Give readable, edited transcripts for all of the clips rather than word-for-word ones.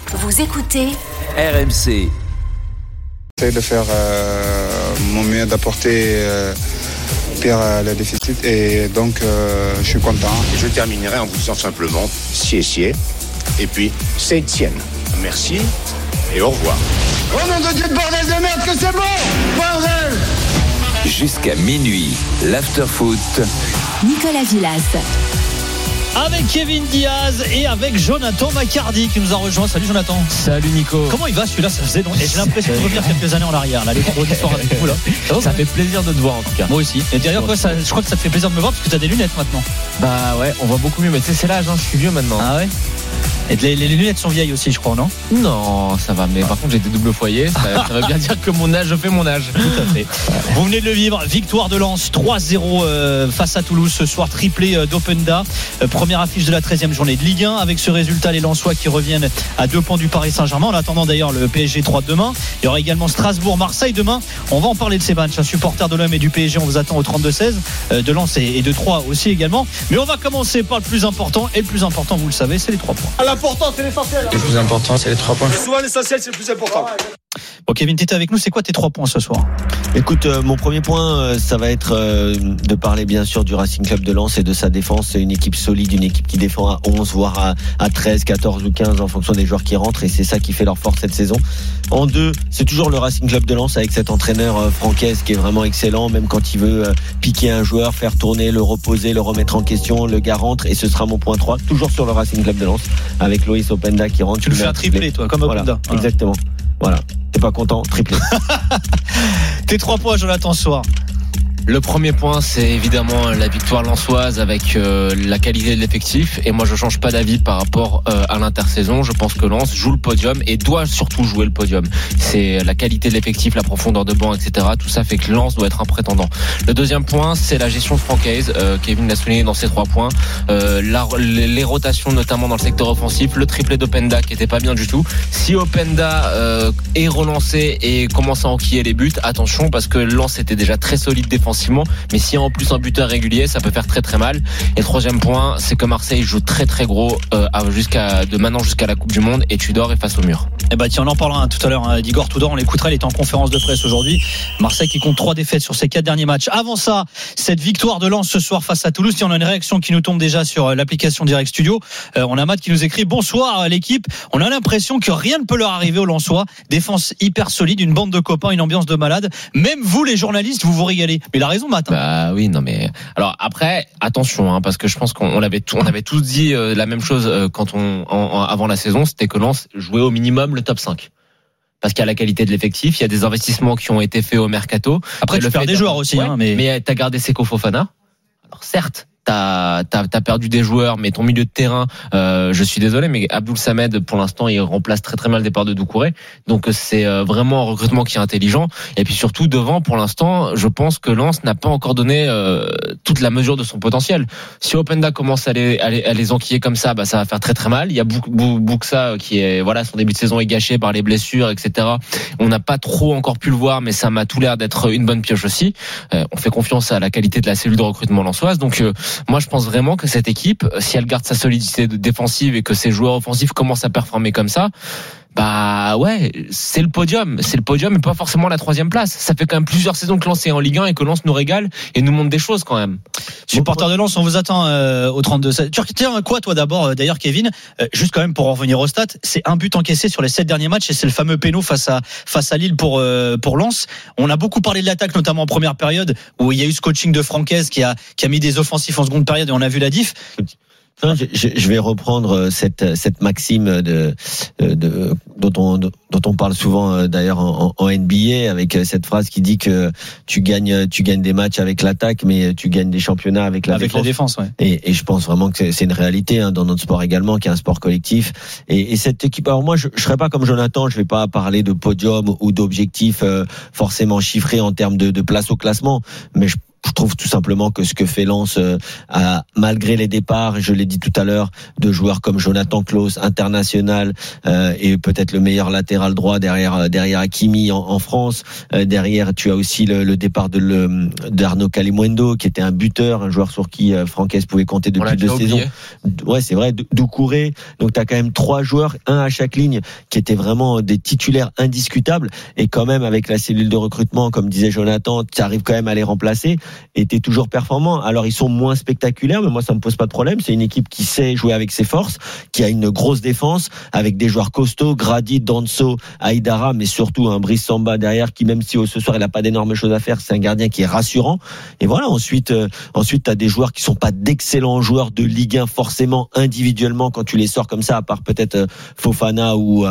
Vous écoutez RMC. J'essaie de faire mon mieux, d'apporter pire à la déficit et donc je suis content. Et je terminerai en vous disant simplement sié, et puis c'est Etienne. Merci et au revoir. Oh nom de Dieu de bordel de merde que c'est bon, bordel! Jusqu'à minuit, l'after-foot. Nicolas Villas. Avec Kevin Diaz et avec Jonathan Macardy qui nous a rejoint. Salut Jonathan. Salut Nico. Comment il va celui-là? Ça faisait long. Et j'ai l'impression de revenir quelques années en arrière là, les vendredis soirs avec vous là. Ça fait plaisir de te voir en tout cas. Moi aussi. Et d'ailleurs quoi, je crois que ça te fait plaisir de me voir parce que t'as des lunettes maintenant. Bah ouais, on voit beaucoup mieux. Mais tu sais, c'est l'âge, je suis vieux maintenant. Ah ouais. Et les lunettes sont vieilles aussi, je crois, non? Non, ça va. Mais par contre, j'ai des doubles foyers. Ça veut bien dire que mon âge, je fais mon âge. Tout à fait. Vous venez de le vivre. Victoire de Lens 3-0 face à Toulouse ce soir. Triplé d'Openda. Première affiche de la 13e journée de Ligue 1. Avec ce résultat, les Lensois qui reviennent à 2 points du Paris Saint-Germain. En attendant d'ailleurs le PSG 3 demain. Il y aura également Strasbourg-Marseille demain. On va en parler de ces matchs. Un supporter de l'OM et du PSG, on vous attend au 32-16. De Lens et de 3 aussi également. Mais on va commencer par le plus important. Et le plus important, vous le savez, c'est les 3 points. L'important, c'est l'essentiel. Le plus important, c'est les 3 points. Souvent, l'essentiel, c'est le plus important. Bon, Kevin, t'étais avec nous. C'est quoi tes 3 points ce soir? Écoute, mon premier point, ça va être de parler bien sûr du Racing Club de Lens et de sa défense. C'est une équipe solide, une équipe qui défend à 11, voire à 13, 14 ou 15 en fonction des joueurs qui rentrent, et c'est ça qui fait leur force cette saison. En 2, c'est toujours le Racing Club de Lens avec cet entraîneur Francaise qui est vraiment excellent, même quand il veut piquer un joueur, faire tourner, le reposer, le remettre en question, le gars rentre, et ce sera mon point 3, toujours sur le Racing Club de Lens, avec Loïs Openda qui rentre. Tu le fais un triplé, toi, comme Openda. Voilà, exactement. Voilà. T'es pas content, triplé. Tes 3 points, Jonathan, ce soir. Le premier point, c'est évidemment la victoire lensoise avec la qualité de l'effectif. Et moi, je change pas d'avis par rapport à l'intersaison. Je pense que Lens joue le podium et doit surtout jouer le podium. C'est la qualité de l'effectif, la profondeur de banc, etc. Tout ça fait que Lens doit être un prétendant. Le deuxième point, c'est la gestion de Francaise. Kevin l'a souligné dans ses 3 points. Les rotations, notamment dans le secteur offensif. Le triplé d'Openda qui était pas bien du tout. Si Openda est relancé et commence à enquiller les buts, attention, parce que Lens était déjà très solide défensivement. Mais s'il y a en plus un buteur régulier, ça peut faire très très mal. Et troisième point, c'est que Marseille joue très très gros de maintenant jusqu'à la Coupe du Monde, et Tudor est face au mur. Eh ben tiens, on en parlera tout à l'heure. D'Igor Tudor, on l'écoutera, il est en conférence de presse aujourd'hui. Marseille qui compte 3 défaites sur ses 4 derniers matchs. Avant ça, cette victoire de Lens ce soir face à Toulouse. Tiens, on a une réaction qui nous tombe déjà sur l'application Direct Studio. On a Matt qui nous écrit: bonsoir l'équipe. On a l'impression que rien ne peut leur arriver aux Lensois. Défense hyper solide, une bande de copains, une ambiance de malade. Même vous les journalistes, vous vous régalez. Mais il a raison, Matt. Bah oui, non mais alors après attention, parce que je pense qu'on avait tous dit la même chose quand avant la saison, c'était que Lens jouait au minimum le top 5. Parce qu'il y a la qualité de l'effectif, il y a des investissements qui ont été faits au mercato. Après, tu perds des joueurs aussi, mais t'as gardé Seko Fofana. Alors certes, t'as perdu des joueurs, mais ton milieu de terrain, je suis désolé, mais Abdoul Samed, pour l'instant, il remplace très très mal le départ de Doucouré. Donc c'est vraiment un recrutement qui est intelligent. Et puis surtout devant, pour l'instant, je pense que Lens n'a pas encore donné toute la mesure de son potentiel. Si Openda commence à les enquiller comme ça, bah ça va faire très très mal. Il y a Bouksa qui est son début de saison est gâché par les blessures, etc. On n'a pas trop encore pu le voir, mais ça m'a tout l'air d'être une bonne pioche aussi. On fait confiance à la qualité de la cellule de recrutement lensoise. Donc moi, je pense vraiment que cette équipe, si elle garde sa solidité défensive et que ses joueurs offensifs commencent à performer comme ça, bah ouais, c'est le podium et pas forcément la 3e place. Ça fait quand même plusieurs saisons que Lens est en Ligue 1 et que Lens nous régale et nous montre des choses quand même. Supporter de Lens, on vous attend au 32-16. Tu retiens quoi toi d'abord, d'ailleurs Kevin, juste quand même pour en revenir au stade, c'est un but encaissé sur les 7 derniers matchs et c'est le fameux péno face à Lille pour Lens. On a beaucoup parlé de l'attaque, notamment en première période où il y a eu ce coaching de Francaise qui a mis des offensifs en seconde période et on a vu la diff. Je vais reprendre cette maxime dont on parle souvent d'ailleurs en NBA, avec cette phrase qui dit que tu gagnes des matchs avec l'attaque, mais tu gagnes des championnats avec la défense. Ouais. Et je pense vraiment que c'est une réalité dans notre sport également, qui est un sport collectif. Et cette équipe, alors moi je serais pas comme Jonathan, je vais pas parler de podium ou d'objectifs forcément chiffrés en termes de place au classement, mais je trouve tout simplement que ce que fait Lens, malgré les départs, je l'ai dit tout à l'heure, de joueurs comme Jonathan Klaus, international, et peut-être le meilleur latéral droit derrière Hakimi en France. Derrière, tu as aussi le départ d'Arnaud Kalimuendo, qui était un buteur, un joueur sur qui Francaise pouvait compter depuis 2 saisons. Ouais, c'est vrai. Doucouré. Donc tu as quand même 3 joueurs, un à chaque ligne, qui étaient vraiment des titulaires indiscutables. Et quand même, avec la cellule de recrutement, comme disait Jonathan, tu arrives quand même à les remplacer. Et t'es toujours performant. Alors ils sont moins spectaculaires, mais moi ça me pose pas de problème. C'est une équipe qui sait jouer avec ses forces, qui a une grosse défense, avec des joueurs costauds, Grady, Danso, Aïdara, mais surtout un Brice Samba derrière, qui même si ce soir il a pas d'énormes choses à faire, c'est un gardien qui est rassurant. Et voilà. Ensuite t'as des joueurs qui sont pas d'excellents joueurs de Ligue 1 forcément individuellement quand tu les sors comme ça, à part peut-être Fofana ou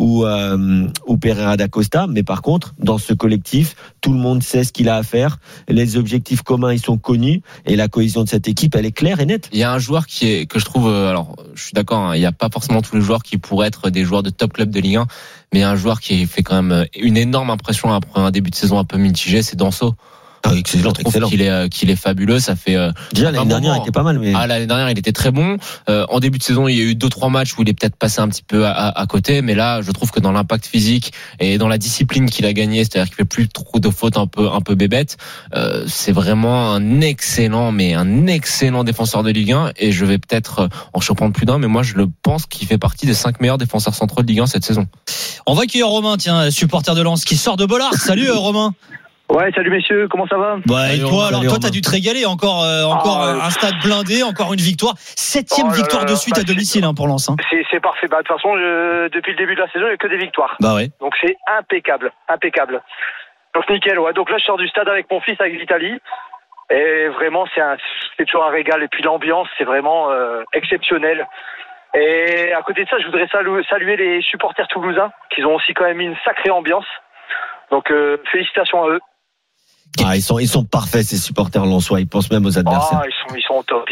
Pereira da Costa. Mais par contre, dans ce collectif, tout le monde sait ce qu'il a à faire. Les objectifs communs, ils sont connus, et la cohésion de cette équipe, elle est claire et nette. Il y a un joueur que je trouve, alors je suis d'accord, il n'y a pas forcément tous les joueurs qui pourraient être des joueurs de top club de Ligue 1, mais il y a un joueur qui fait quand même une énorme impression après un début de saison un peu mitigé, c'est Danso. Excellent. Qu'il est fabuleux. Ça fait déjà l'année dernière, il était pas mal. Mais l'année dernière, il était très bon. En début de saison, il y a eu 2-3 matchs où il est peut-être passé un petit peu à côté, mais là, je trouve que dans l'impact physique et dans la discipline qu'il a gagné, c'est-à-dire qu'il fait plus trop de fautes un peu bébêtes, c'est vraiment un excellent défenseur de Ligue 1. Et je vais peut-être en surprendre plus d'un, mais moi, je le pense qu'il fait partie des 5 meilleurs défenseurs centraux de Ligue 1 cette saison. On va accueillir Romain, supporter de Lens, qui sort de Bollard. Salut Romain. Ouais, salut messieurs, comment ça va? Et toi, t'as dû te régaler, encore un stade blindé, encore une victoire, 7e victoire de suite à domicile pour Lens. C'est parfait. De toute façon, depuis le début de la saison, il n'y a que des victoires. Ouais. Donc c'est impeccable. Donc nickel. Ouais. Donc là, je sors du stade avec mon fils avec l'Italie, et vraiment c'est toujours un régal. Et puis l'ambiance, c'est vraiment exceptionnel. Et à côté de ça, je voudrais saluer les supporters toulousains, qui ont aussi quand même mis une sacrée ambiance. Donc félicitations à eux. Ils sont parfaits, ces supporters lensois. Ils pensent même aux adversaires. Ils sont au top.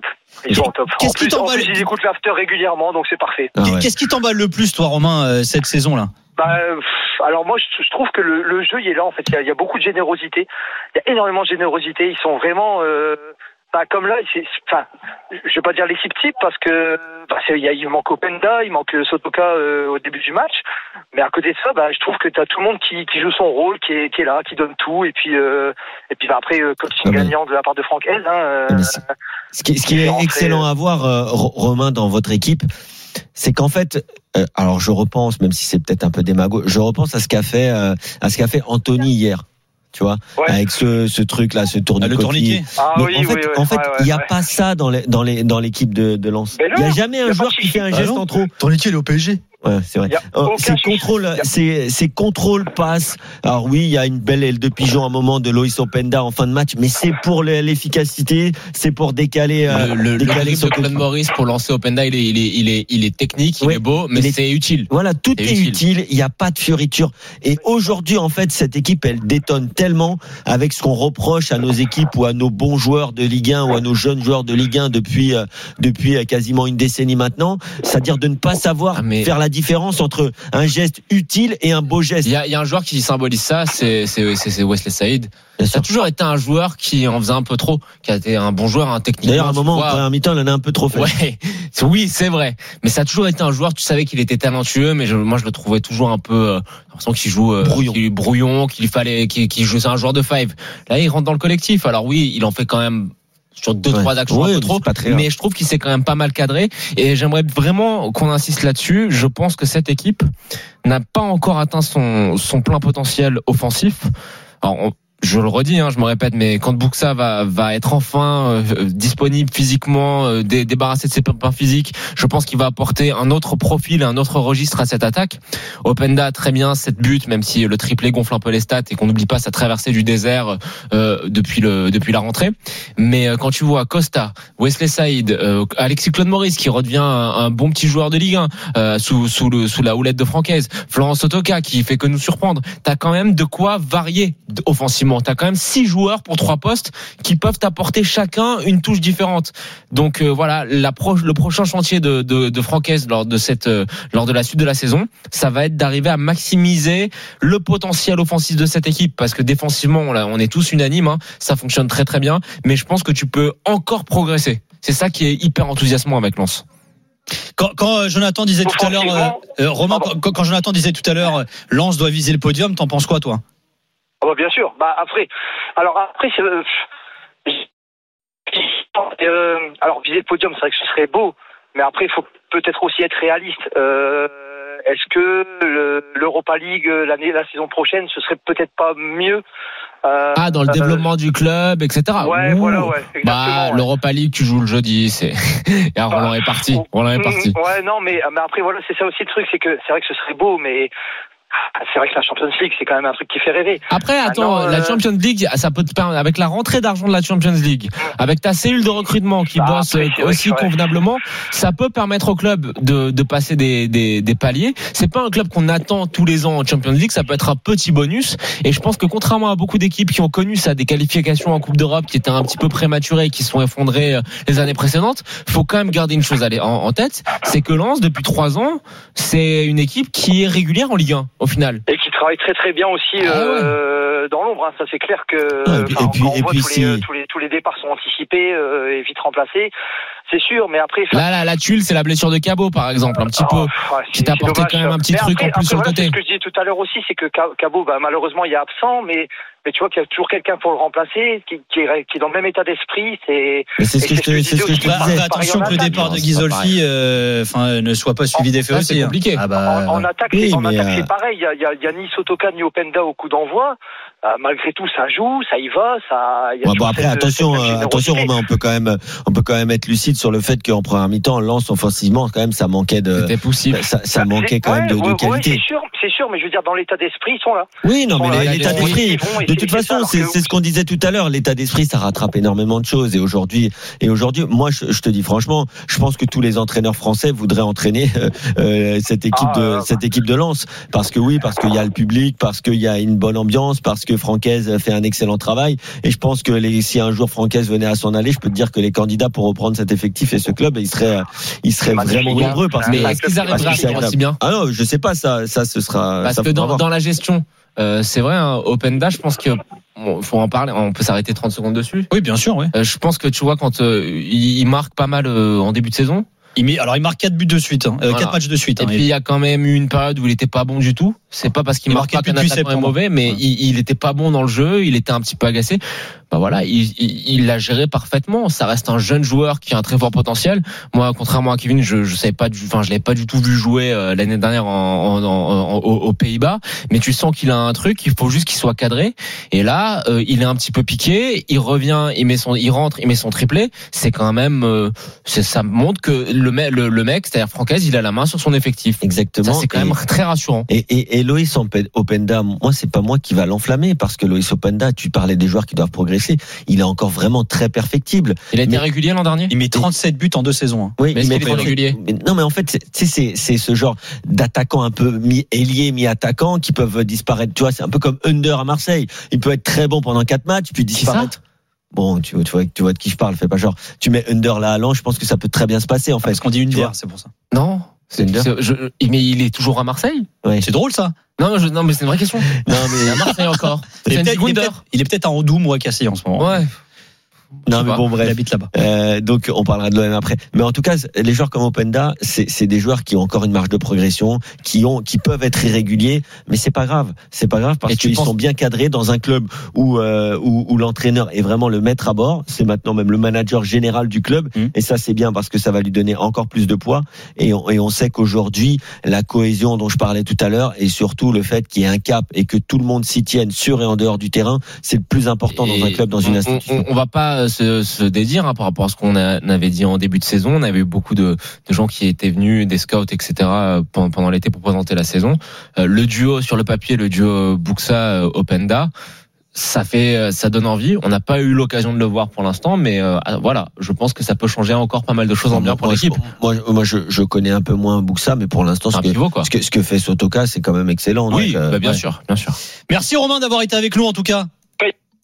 En plus, ils écoutent l'after régulièrement, donc c'est parfait. Qu'est-ce qui t'emballe le plus, toi, Romain, cette saison-là? Alors moi, je trouve que le jeu, il est là. En fait, il y a beaucoup de générosité. Il y a énormément de générosité. Ils sont vraiment comme là. Je vais pas dire l'équipe type parce que il manque Openda, il manque Sotoka au début du match. Mais à côté de ça, je trouve que t'as tout le monde qui joue son rôle, qui est là, qui donne tout. Et puis après, coaching gagnant de la part de Franck Hez. Ce qui est excellent à voir, Romain, dans votre équipe, c'est qu'en fait, alors je repense, même si c'est peut-être un peu démago, je repense à ce qu'a fait Anthony hier. Tu vois, avec ce truc là, ce tourniquet. En fait, il y a pas ça dans l'équipe de Lens. Il y a jamais un joueur qui fait un geste en trop. Tourniquet, il est au PSG. Ouais, c'est vrai. C'est contrôle passe. Alors oui, il y a une belle aile de pigeon à un moment de Loïs Openda en fin de match, mais c'est pour l'efficacité, c'est pour décaler le de Claude Maurice pour lancer Openda, il est technique, il est beau, mais c'est utile. Voilà, tout est utile, il n'y a pas de fioriture. Et aujourd'hui, en fait, cette équipe, elle détonne tellement avec ce qu'on reproche à nos équipes ou à nos bons joueurs de Ligue 1 ou à nos jeunes joueurs de Ligue 1 depuis quasiment une décennie maintenant, c'est-à-dire de ne pas savoir faire la différence entre un geste utile et un beau geste. Il y a un joueur qui symbolise ça, c'est Wesley Saïd. Ça a toujours été un joueur qui en faisait un peu trop, qui a été un bon joueur, un technique. D'ailleurs, à un moment, en première mi-temps, il en a un peu trop fait. Ouais, oui, c'est vrai. Mais ça a toujours été un joueur, tu savais qu'il était talentueux, mais moi, je le trouvais toujours un peu, l'impression qu'il joue brouillon, qu'il joue, c'est un joueur de five. Là, il rentre dans le collectif. Alors oui, il en fait quand même sur 2-3 actions un peu trop, mais je trouve qu'il s'est quand même pas mal cadré, et j'aimerais vraiment qu'on insiste là-dessus. Je pense que cette équipe n'a pas encore atteint son plein potentiel offensif. Alors, je le redis, je me répète, mais quand Buxa va être enfin disponible physiquement, débarrassé de ses pépins physiques, je pense qu'il va apporter un autre profil, un autre registre à cette attaque. Openda, très bien, 7 buts, même si le triplé gonfle un peu les stats, et qu'on n'oublie pas sa traversée du désert depuis la rentrée. Mais quand tu vois Costa, Wesley Saïd, Alexis Claude Maurice qui redevient un bon petit joueur de Ligue 1 sous la houlette de Francaise, Florent Sotoka qui fait que nous surprendre, t'as quand même de quoi varier offensivement défensivement. T'as quand même 6 joueurs pour 3 postes qui peuvent t'apporter chacun une touche différente. Donc voilà, le prochain chantier de Francaise lors de la suite de la saison, ça va être d'arriver à maximiser le potentiel offensif de cette équipe, parce que défensivement, on est tous unanimes, hein, ça fonctionne très très bien, mais je pense que tu peux encore progresser. C'est ça qui est hyper enthousiasmant avec Lens. Quand Jonathan disait tout à l'heure, Romain, quand Jonathan disait tout à l'heure, Lens doit viser le podium, t'en penses quoi, toi? Bien sûr. Après, alors viser le podium, c'est vrai que ce serait beau, mais après, il faut peut-être aussi être réaliste. Est-ce que l'Europa League la saison prochaine, ce serait peut-être pas mieux dans le développement du club, etc. Ouais, voilà, exactement. L'Europa League, tu joues le jeudi, c'est. Et Roland est parti. Ouais, non, mais après voilà, c'est ça aussi le truc, c'est vrai que ce serait beau, mais c'est vrai que la Champions League, c'est quand même un truc qui fait rêver. Après, attends, la Champions League, ça peut te permettre, avec la rentrée d'argent de la Champions League, avec ta cellule de recrutement qui bosse aussi convenablement, ça peut permettre au club de passer des paliers. C'est pas un club qu'on attend tous les ans en Champions League, ça peut être un petit bonus. Et je pense que contrairement à beaucoup d'équipes qui ont connu ça, des qualifications en Coupe d'Europe qui étaient un petit peu prématurées et qui sont effondrées les années précédentes, faut quand même garder une chose en tête, c'est que Lens, depuis 3 ans, c'est une équipe qui est régulière en Ligue 1. Au final. Et qui travaille très très bien aussi dans l'ombre. Hein. Ça c'est clair que tous les départs sont anticipés et vite remplacés. C'est sûr, mais après. La tuile, c'est la blessure de Cabot, par exemple, un petit peu, qui t'a apporté quand même un petit truc en plus sur le côté. Ce que je disais tout à l'heure aussi, c'est que Cabot, malheureusement, il est absent, mais tu vois qu'il y a toujours quelqu'un pour le remplacer, qui est dans le même état d'esprit. C'est ce que je te disais. Attention que le départ de Ghisolfi ne soit pas suivi d'effet aussi. C'est compliqué. En attaque, c'est pareil. Il y a ni Sotoka ni Openda au coup d'envoi. Malgré tout, ça joue, ça y va. Après, attention, Romain, on peut quand même être lucide sur le fait qu'en première mi-temps, Lens offensivement, quand même, ça manquait C'était poussif. Ça manquait quand même de qualité. C'est sûr, mais je veux dire, dans l'état d'esprit, ils sont là. Oui, non, mais l'état d'esprit, de toute façon, c'est ce qu'on disait tout à l'heure. L'état d'esprit, ça rattrape énormément de choses. Et aujourd'hui, moi, je te dis franchement, je pense que tous les entraîneurs français voudraient entraîner cette équipe de Lens, parce qu'il y a le public, parce qu'il y a une bonne ambiance, parce que Francaise fait un excellent travail. Et je pense que si un jour Francaise venait à s'en aller, je peux te dire que les candidats pour reprendre cet effectif et ce club, ils seraient vraiment nombreux. Mais est-ce qu'ils arriveraient à faire aussi bien? Non, je sais pas. Ça, ce sera. Parce que dans la gestion, c'est vrai, Openda, je pense que faut en parler. On peut s'arrêter 30 secondes dessus. Oui, bien sûr. Oui. Je pense que tu vois quand il marque pas mal en début de saison. Il marque 4 buts de suite, 4 matchs de suite. Et puis il y a quand même eu une période où il était pas bon du tout. C'est pas parce qu'il marque pas qu'un attaquant est mauvais, mais il était pas bon dans le jeu, il était un petit peu agacé. Voilà, il l'a géré parfaitement. Ça reste un jeune joueur qui a un très fort potentiel. Moi, contrairement à Kevin, je l'avais pas du tout vu jouer l'année dernière aux Pays-Bas. Mais tu sens qu'il a un truc. Il faut juste qu'il soit cadré. Et là, il est un petit peu piqué. Il revient, il rentre, il met son triplé. C'est quand même, ça montre que le mec, c'est-à-dire Francaise, il a la main sur son effectif. Exactement. Ça, c'est quand même très rassurant. Et Loïs Openda, moi, c'est pas moi qui va l'enflammer, parce que Loïs Openda, tu parlais des joueurs qui doivent progresser. Il est encore vraiment très perfectible. Il a été régulier l'an dernier. Il met 37 buts en 2 saisons. Oui, mais il est régulier. Non, mais en fait, c'est ce genre d'attaquants un peu mi-ailier, mi-attaquant qui peuvent disparaître. Tu vois, c'est un peu comme Under à Marseille. Il peut être très bon pendant 4 matchs, puis disparaître. Bon, tu vois de qui je parle. Fais pas genre. Tu mets Under là à Lens, je pense que ça peut très bien se passer en fait. Parce qu'on dit Under, c'est pour ça. Non. Mais il est toujours à Marseille. Ouais. C'est drôle ça. Non, mais c'est une vraie question. Non, mais à Marseille encore. Il est peut-être en Odoum ou à Cassis en ce moment. Ouais. Non, mais bon, bref. Il habite là-bas. Donc, on parlera de l'OM après. Mais en tout cas, les joueurs comme Openda, c'est des joueurs qui ont encore une marge de progression, qui peuvent être irréguliers, mais c'est pas grave. C'est pas grave parce qu'ils sont bien cadrés dans un club où l'entraîneur est vraiment le maître à bord. C'est maintenant même le manager général du club. Et ça, c'est bien parce que ça va lui donner encore plus de poids. Et on sait qu'aujourd'hui, la cohésion dont je parlais tout à l'heure, et surtout le fait qu'il y ait un cap et que tout le monde s'y tienne sur et en dehors du terrain, c'est le plus important dans un club, dans une institution. On va pas se dédire par rapport à ce qu'on avait dit en début de saison. On avait eu beaucoup de gens qui étaient venus, des scouts, etc. pendant l'été pour présenter la saison. Le duo sur le papier, le duo Buxa-Openda, ça donne envie. On n'a pas eu l'occasion de le voir pour l'instant, mais voilà, je pense que ça peut changer encore pas mal de choses en bien pour l'équipe. Moi, je connais un peu moins Buxa, mais pour l'instant, ce que fait Sotoka, c'est quand même excellent. Oui, donc, bien sûr. Merci Romain d'avoir été avec nous en tout cas.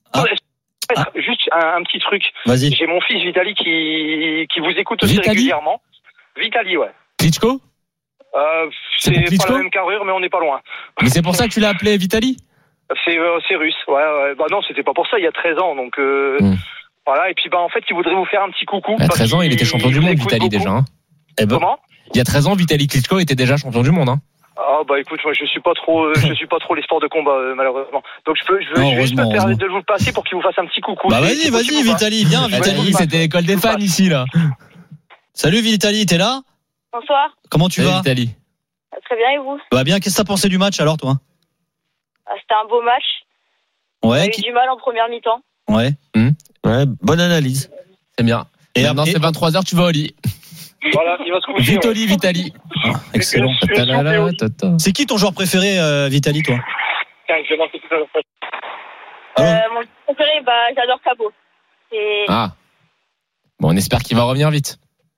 Juste un petit truc. Vas-y. J'ai mon fils Vitali qui vous écoute aussi Vitali régulièrement. Vitali, ouais. Klitschko? C'est pour pas Klitschko la même carrure, mais on n'est pas loin. Mais c'est pour ça que tu l'as appelé Vitali? C'est russe, ouais. Bah non, c'était pas pour ça, il y a 13 ans, donc voilà. Et puis en fait, il voudrait vous faire un petit coucou. Il y a 13 ans, il était champion du monde, Vitali, déjà. Hein. Comment? Il y a 13 ans, Vitali Klitschko était déjà champion du monde. Hein. Ah bah écoute, moi je suis pas trop les sports de combat malheureusement. Donc je vais juste me permettre de vous le passer pour qu'il vous fasse un petit coucou. Bah vas-y, Vitali, viens, Vitali. C'était l'école des fans ici là. Salut Vitali, t'es là? Bonsoir. Comment tu vas? Vitali. Très bien, et vous? Bah bien, qu'est-ce que t'as pensé du match alors toi? C'était un beau match. On a eu du mal en première mi-temps. Ouais. Ouais, bonne analyse. C'est bien. Et maintenant c'est 23h, tu vas au lit. Voilà, il va se coucher. Vite au lit, Vitali. Excellent. C'est qui ton joueur préféré, Vitali, toi? Mon préféré, j'adore Cabot. Ah. Bon, on espère qu'il va revenir vite.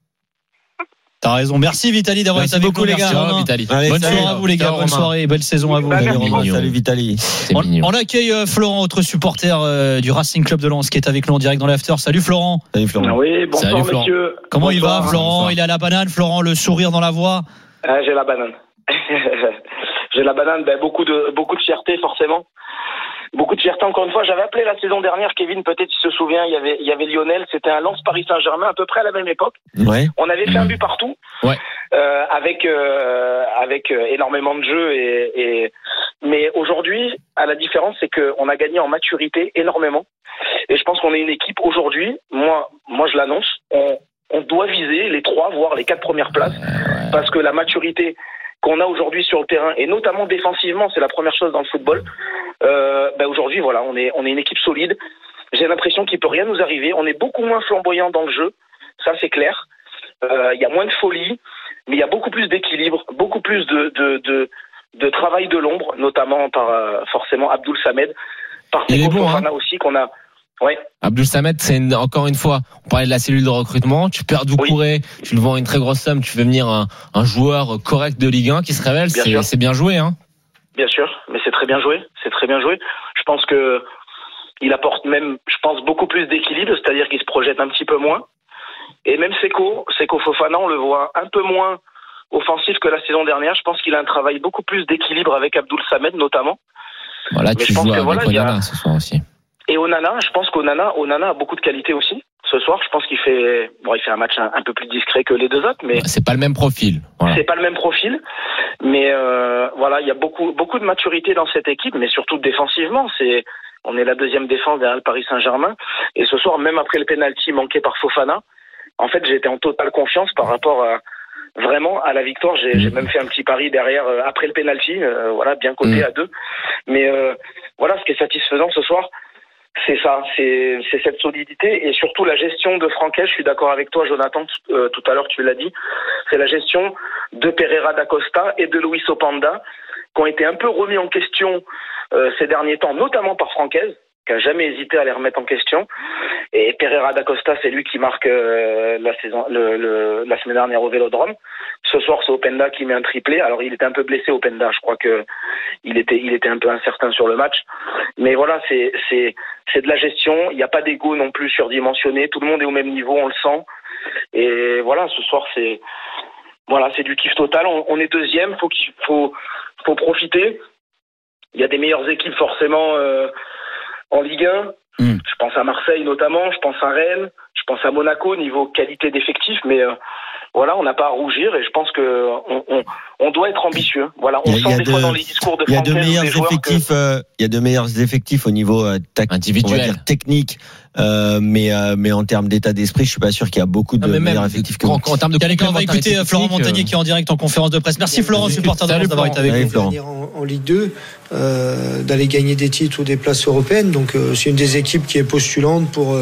T'as raison. Merci Vitali d'avoir été avec nous, les gars. Vitali. Allez, bonne soirée à vous les gars, bonne soirée, belle saison à vous. Salut Vitali. On accueille Florent, autre supporter du Racing Club de Lens, qui est avec nous en direct dans l'after. Salut Florent. Salut Florent. Oui, bonsoir messieurs. Comment il va Florent? Il a la banane, Florent, le sourire dans la voix. J'ai la banane. J'ai la banane, beaucoup de fierté forcément. Beaucoup de fierté encore une fois. J'avais appelé la saison dernière, Kevin, peut-être tu te souviens, il y avait Lionel, c'était un Lens Paris Saint-Germain à peu près à la même époque. Ouais. On avait fait un but partout. Ouais. Avec énormément de jeux mais aujourd'hui, à la différence, c'est qu'on a gagné en maturité énormément. Et je pense qu'on est une équipe aujourd'hui, moi je l'annonce, on doit viser les 3 voire les 4 premières places parce que la maturité qu'on a aujourd'hui sur le terrain et notamment défensivement, c'est la première chose dans le football. Aujourd'hui, voilà, on est une équipe solide. J'ai l'impression qu'il peut rien nous arriver. On est beaucoup moins flamboyant dans le jeu, ça c'est clair. Il y a moins de folie, mais il y a beaucoup plus d'équilibre, beaucoup plus de travail de l'ombre, notamment par forcément Abdoul Samed, par Seko Fofana aussi qu'on a. Ouais. Abdoul Samed, c'est encore une fois, on parlait de la cellule de recrutement, tu perds Doucouré, tu le vends à une très grosse somme, tu fais venir un joueur correct de Ligue 1 qui se révèle, c'est bien joué, hein. Bien sûr, mais c'est très bien joué, Je pense que il apporte même, beaucoup plus d'équilibre, c'est-à-dire qu'il se projette un petit peu moins. Et même Seko Fofana, on le voit un peu moins offensif que la saison dernière. Je pense qu'il a un travail beaucoup plus d'équilibre avec Abdoul Samed notamment. Voilà, mais tu joues avec Onana ce soir aussi. Et Onana, je pense qu'Onana a beaucoup de qualité aussi. Ce soir, je pense qu'il fait un match un peu plus discret que les deux autres, mais c'est pas le même profil. Voilà. C'est pas le même profil, mais il y a beaucoup de maturité dans cette équipe, mais surtout défensivement. On est la deuxième défense derrière le Paris Saint-Germain, et ce soir, même après le penalty manqué par Fofana, en fait, j'étais en totale confiance par rapport vraiment à la victoire. J'ai même fait un petit pari derrière après le penalty, bien coté à 2. Mais ce qui est satisfaisant ce soir, c'est ça, c'est cette solidité et surtout la gestion de Franquet. Je suis d'accord avec toi, Jonathan, tout à l'heure tu l'as dit. C'est la gestion de Pereira da Costa et de Luis Openda qui ont été un peu remis en question ces derniers temps, notamment par Franquez, qui a jamais hésité à les remettre en question. Et Pereira da Costa, c'est lui qui marque la semaine dernière au Vélodrome. Ce soir, c'est Openda qui met un triplé. Alors, il était un peu blessé, Openda. Je crois que il était un peu incertain sur le match. Mais voilà, c'est de la gestion. Il n'y a pas d'ego non plus surdimensionné. Tout le monde est au même niveau, on le sent. Et voilà, ce soir, c'est du kiff total. On est deuxième. Faut profiter. Il y a des meilleures équipes forcément en Ligue 1. Je pense à Marseille notamment, je pense à Rennes, je pense à Monaco niveau qualité d'effectif, mais on n'a pas à rougir et je pense que on doit être ambitieux. Voilà, on sent des fois dans les discours de Franquet, il y a de meilleurs effectifs au niveau individuel, on va dire technique, mais en termes d'état d'esprit, je suis pas sûr qu'il y a beaucoup de meilleurs effectifs que en termes de on va écouter Florent Montagnier qui est en direct en conférence de presse. Merci Florent, supporter de Lens, d'avoir été avec nous. En Ligue 2, d'aller gagner des titres ou des places européennes, donc c'est une des équipes qui est postulante pour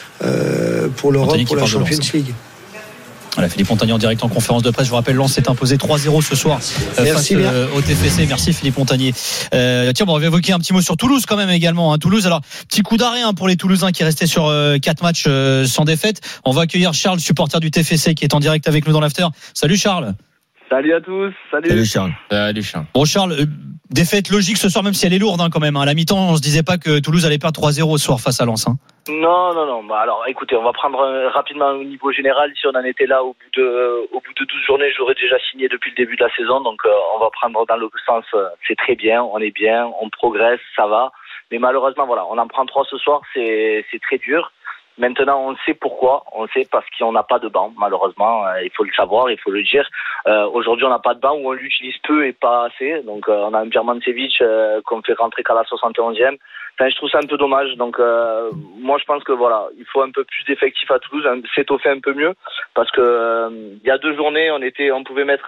l'Europe, pour la Champions League. Voilà, Philippe Montagnier en direct en conférence de presse. Je vous rappelle, Lens s'est imposé 3-0 ce soir face au TFC. Merci Philippe Montagnier. Tiens, on va évoquer un petit mot sur Toulouse quand même également. Hein. Toulouse, alors petit coup d'arrêt pour les Toulousains qui restaient sur 4 matchs sans défaite. On va accueillir Charles, supporter du TFC, qui est en direct avec nous dans l'after. Salut Charles. Salut à tous. Salut Charles. Salut Charles. Bon Charles, défaite logique ce soir, même si elle est lourde quand même. À la mi-temps, on se disait pas que Toulouse allait perdre 3-0 ce soir face à Lens. Non. Alors, écoutez, on va prendre rapidement au niveau général. Si on en était là au bout de 12 journées, j'aurais déjà signé depuis le début de la saison. Donc, on va prendre dans le sens, c'est très bien, on progresse, ça va. Mais malheureusement, voilà, on en prend 3 ce soir, c'est très dur. Maintenant, on sait pourquoi. On sait parce qu'on n'a pas de banc, malheureusement. Il faut le savoir, il faut le dire. Aujourd'hui, on n'a pas de banc ou on l'utilise peu et pas assez. Donc, on a un Birmancevic qu'on fait rentrer qu'à la 71e. Enfin, je trouve ça un peu dommage. Donc, moi, je pense que voilà, il faut un peu plus d'effectifs à Toulouse, s'étoffer un peu mieux, parce que il y a 2 journées, on pouvait mettre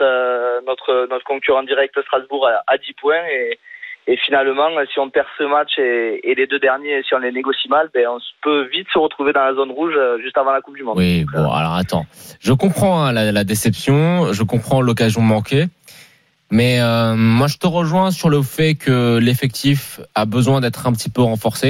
notre concurrent direct Strasbourg à 10 points et finalement, si on perd ce match et les 2 derniers, si on les négocie mal, on peut vite se retrouver dans la zone rouge juste avant la Coupe du Monde. Oui, donc, bon, alors attends. Je comprends la déception, je comprends l'occasion manquée, mais moi je te rejoins sur le fait que l'effectif a besoin d'être un petit peu renforcé.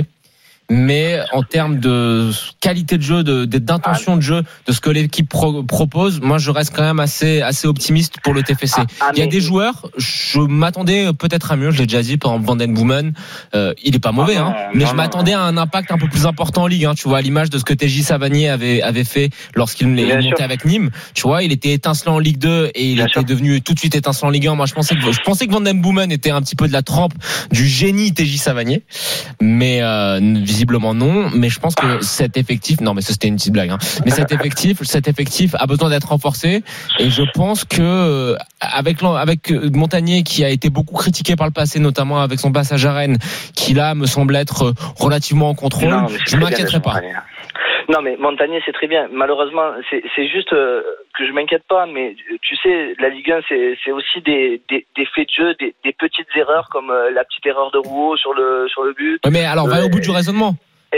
Mais en termes de qualité de jeu, d'intention de jeu, de ce que l'équipe propose, moi je reste quand même assez optimiste pour le TFC. Il y a des joueurs, je m'attendais peut-être à mieux, je l'ai déjà dit, par exemple Van den Boomen, il est pas mauvais, mais je m'attendais à un impact un peu plus important en Ligue, tu vois, à l'image de ce que TJ Savanier avait fait lorsqu'il est monté avec Nîmes, tu vois, il était étincelant en Ligue 2 et il était devenu tout de suite étincelant en Ligue 1. Moi je pensais que Van den Boomen était un petit peu de la trempe du génie TJ Savanier, mais visiblement non, mais je pense que cet effectif, non mais ça c'était une petite blague, mais cet effectif a besoin d'être renforcé et je pense que avec Montagnier qui a été beaucoup critiqué par le passé, notamment avec son passage à Rennes, qui là me semble être relativement en contrôle, je m'inquiéterai pas. Non mais Montagnier c'est très bien. Malheureusement c'est juste que je m'inquiète pas, mais tu sais la Ligue 1 c'est aussi des faits de jeu, des petites erreurs comme la petite erreur de Rouault sur le but. Mais alors va au bout du raisonnement.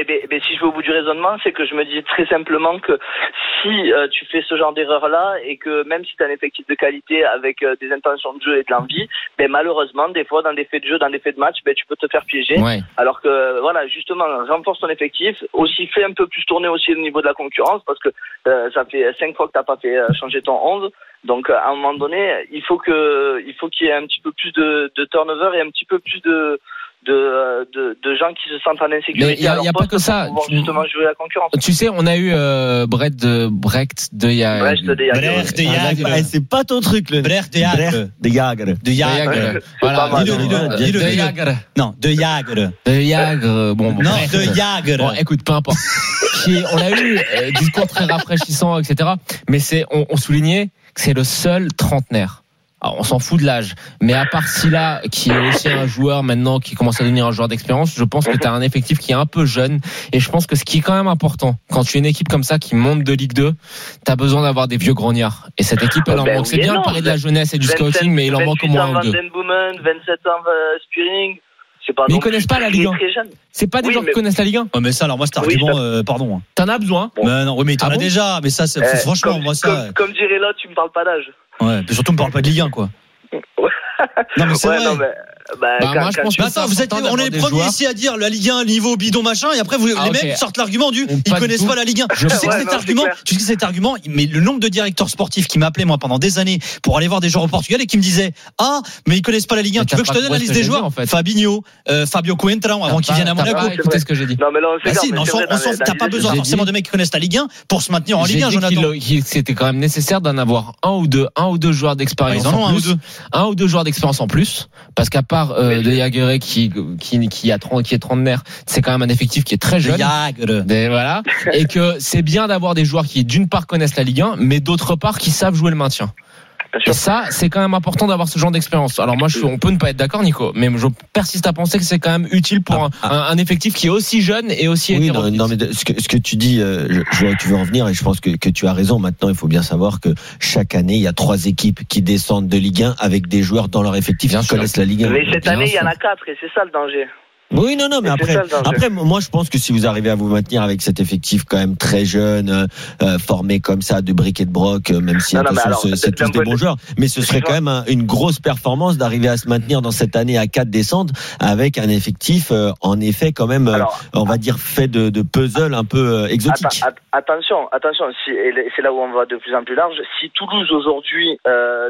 Si je vais au bout du raisonnement, c'est que je me dis très simplement que si tu fais ce genre d'erreur-là et que même si tu as un effectif de qualité avec des intentions de jeu et de l'envie, malheureusement, des fois, dans des faits de jeu, dans des faits de match, tu peux te faire piéger. Ouais. Alors que, voilà, justement, renforce ton effectif. Aussi, fais un peu plus tourner aussi au niveau de la concurrence parce que ça fait 5 fois que tu n'as pas fait changer ton 11. Donc, à un moment donné, il faut qu'il y ait un petit peu plus de turnover et un petit peu plus de gens qui se sentent en insécurité. Il y a pas que ça. Pour justement jouer la concurrence. Tu sais, on a eu Brecht de Jager. C'est pas ton truc, le Brecht de Jager. Voilà. Dis-le. Non, de Jager. De Jager. Bon, non, de Jager. Bon, écoute, peu importe. On a eu discours très rafraîchissant, etc. Mais on soulignait que c'est le seul trentenaire. Alors, on s'en fout de l'âge, mais à part Silla, qui est aussi un joueur maintenant qui commence à devenir un joueur d'expérience, je pense que tu as un effectif qui est un peu jeune, et je pense que ce qui est quand même important, quand tu es une équipe comme ça qui monte de Ligue 2, tu as besoin d'avoir des vieux grognards. Et cette équipe, elle en manque. C'est bien de parler de la jeunesse et du scouting, mais il en manque au moins un ou deux. 27 ans Spearing. Mais ils connaissent pas la Ligue 1. C'est pas des gens qui connaissent la Ligue 1. Oh, mais ça, alors moi, cet argument, pardon. T'en as besoin? Mais non, oui, mais t'en as déjà. Mais ça, franchement, moi, ça. Comme dirait l'autre, tu me parles pas d'âge. Ouais, mais surtout, me parle pas de Ligue 1, quoi. Non, mais c'est vrai. Non, mais... moi, je pense que attends, on est les premiers ici à dire la Ligue 1 niveau bidon machin et après les mecs sortent l'argument du ils connaissent pas la Ligue 1. Tu sais que cet argument, mais le nombre de directeurs sportifs qui m'appelaient moi pendant des années pour aller voir des joueurs au Portugal et qui me disaient mais ils connaissent pas la Ligue 1. Tu veux que je te donne la liste des joueurs? Fabinho, Fabio Coentrão avant qu'ils viennent à Monaco. Écoutez ce que j'ai dit. Non mais là t'as pas besoin forcément de mecs qui connaissent la Ligue 1 pour se maintenir en Ligue 1, Jonathan. C'était quand même nécessaire d'en avoir un ou deux joueurs d'expérience en plus. Un ou deux joueurs d'expérience en plus parce qu'à part de Jager qui est trentenaire, c'est quand même un effectif qui est très jeune. Voilà. Et que c'est bien d'avoir des joueurs qui d'une part connaissent la Ligue 1, mais d'autre part qui savent jouer le maintien. Et ça, c'est quand même important d'avoir ce genre d'expérience. Alors moi, on peut ne pas être d'accord, Nico, mais je persiste à penser que c'est quand même utile pour un effectif qui est aussi jeune et aussi hétéroclite. Non, mais ce que tu dis, je vois où tu veux en venir et je pense que tu as raison. Maintenant, il faut bien savoir que chaque année, il y a 3 équipes qui descendent de Ligue 1 avec des joueurs dans leur effectif qui connaissent la Ligue 1. Mais cette année, il y en a 4 et c'est ça le danger. Oui, non, mais après, moi, je pense que si vous arrivez à vous maintenir avec cet effectif quand même très jeune, formé comme ça, de briques et de broc, même si c'est tous des bons joueurs, mais ce serait quand même une grosse performance d'arriver à se maintenir dans cette année à 4 descentes avec un effectif, en effet, quand même, on va dire, fait de puzzle un peu exotique. Attention, et c'est là où on va de plus en plus large. Si Toulouse aujourd'hui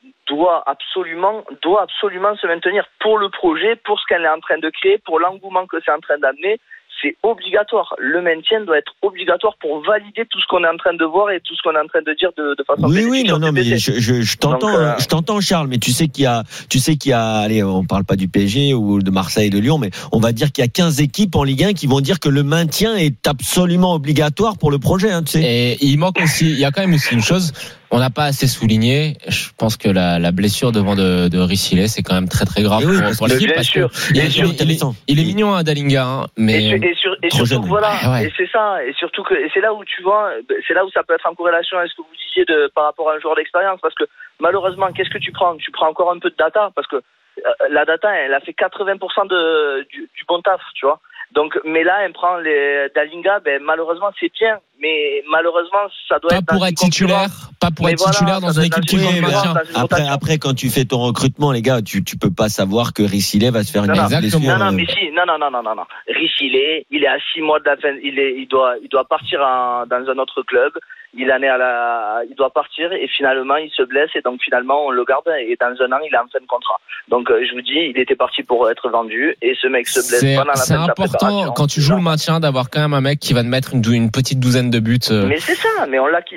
doit absolument se maintenir pour le projet, pour ce qu'elle est en train de créer, pour l'engouement que c'est en train d'amener. C'est obligatoire. Le maintien doit être obligatoire pour valider tout ce qu'on est en train de voir et tout ce qu'on est en train de dire de façon bénéfique. Oui, non, mais je t'entends, Charles, mais tu sais qu'il y a, allez, on parle pas du PSG ou de Marseille, de Lyon, mais on va dire qu'il y a 15 équipes en Ligue 1 qui vont dire que le maintien est absolument obligatoire pour le projet, tu sais. Et il y a quand même aussi une chose. On n'a pas assez souligné. Je pense que la blessure devant de Rissilé, c'est quand même très très grave pour l'équipe. Bien sûr. Il est mignon à Dalinga, mais et surtout voilà. Ouais. Et c'est ça. Et surtout que c'est là où tu vois, c'est là où ça peut être en corrélation avec ce que vous disiez par rapport à un joueur d'expérience, parce que malheureusement, qu'est-ce que tu prends ? Tu prends encore un peu de data, parce que la data, elle a fait 80% du bon taf, tu vois. Donc, mais là, elle prend Dalinga, malheureusement, c'est bien, mais malheureusement, ça doit pas pour être titulaire dans une équipe qui joue le maintien. Après, quand tu fais ton recrutement, les gars, tu peux pas savoir que Rissilé va se faire une blessure. Non. Rissilé, il est à 6 mois de la fin, il doit partir dans un autre club. Il doit partir et finalement il se blesse et donc finalement on le garde et dans un an il est en fin de contrat. Donc je vous dis, il était parti pour être vendu et ce mec se blesse pendant la fin de la préparation. C'est important quand tu joues le maintien d'avoir quand même un mec qui va te mettre une petite douzaine de buts. Mais c'est ça, mais on a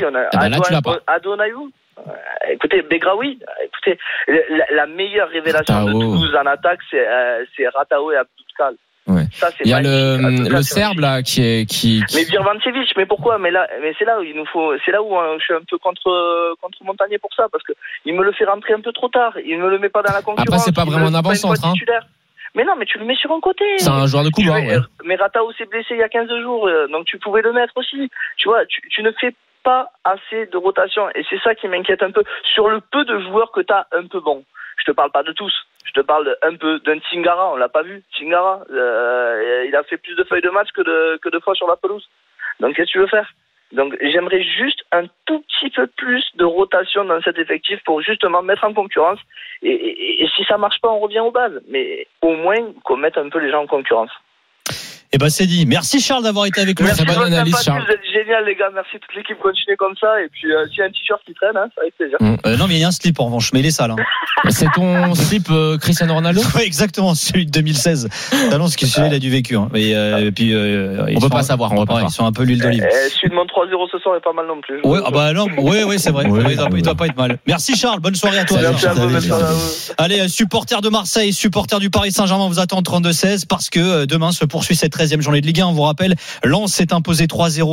Adonayou. Écoutez, Begraoui. Écoutez, la meilleure révélation de Toulouse en attaque, c'est Ratao et Abdoukal. Ouais. Ça, il y a le Serbe là qui. Mais Virvancevic, mais pourquoi ? Mais c'est là où c'est là où je suis un peu contre Montagnier pour ça, parce que il me le fait rentrer un peu trop tard. Il me le met pas dans la concurrence. Après, c'est pas vraiment un avant-centre. Mais non, mais tu le mets sur un côté. C'est un joueur de couloir. Ouais. Mais Ratao s'est blessé il y a 15 jours, donc tu pouvais le mettre aussi. Tu vois, tu ne fais pas assez de rotation, et c'est ça qui m'inquiète un peu sur le peu de joueurs que t'as un peu bons. Je te parle pas de tous. Je te parle un peu d'un Tsingara, on l'a pas vu. Tsingara, il a fait plus de feuilles de match que de fois sur la pelouse. Donc qu'est-ce que tu veux faire ? Donc j'aimerais juste un tout petit peu plus de rotation dans cet effectif pour justement mettre en concurrence. Et si ça marche pas, on revient aux bases. Mais au moins qu'on mette un peu les gens en concurrence. Eh ben c'est dit. Merci Charles d'avoir été avec nous. Merci, bonne analyse, Charles. Vous êtes génial les gars, merci toute l'équipe, continuez comme ça. Et puis s'il y a un t-shirt qui traîne, ça avec plaisir. Non mais il y a un slip en revanche, mais il est sale. C'est ton slip Cristiano Ronaldo ? Oui, exactement, celui de 2016. Talon, ce qui il a du vécu. Et puis on peut pas savoir, ils sont un peu l'huile d'olive. Celui de mon 3-0 ce soir est pas mal non plus. Ouais, c'est vrai. Il doit pas être mal. Merci Charles, bonne soirée à toi. Merci à vous. Allez, supporters de Marseille, supporters du Paris Saint-Germain, vous attend 32-16 parce que demain se poursuit cette 13e journée de Ligue 1. On vous rappelle, Lens s'est imposé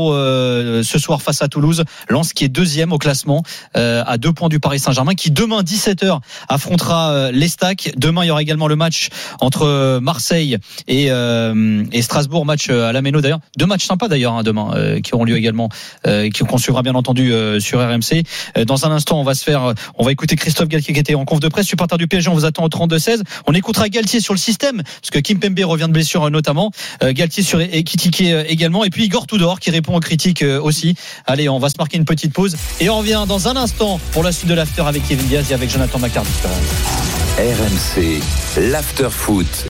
3-0 ce soir face à Toulouse. Lens qui est deuxième au classement à 2 points du Paris Saint-Germain, qui demain 17h affrontera l'Estac. Demain il y aura également le match entre Marseille et Strasbourg, match à la Méno d'ailleurs. 2 matchs sympas d'ailleurs demain qui auront lieu également, qu'on suivra bien entendu sur RMC. Dans un instant on va écouter Christophe Galtier qui était en conf de presse, supporter du PSG. On vous attend au 32-16. On écoutera Galtier sur le système parce que Kimpembe revient de blessure notamment. Galtier sur Ekitike également, et puis Igor Tudor qui répond aux critiques aussi. Allez, on va se marquer une petite pause et on revient dans un instant pour la suite de l'after avec Kevin Diaz et avec Jonathan McCarthy. RMC, l'after foot.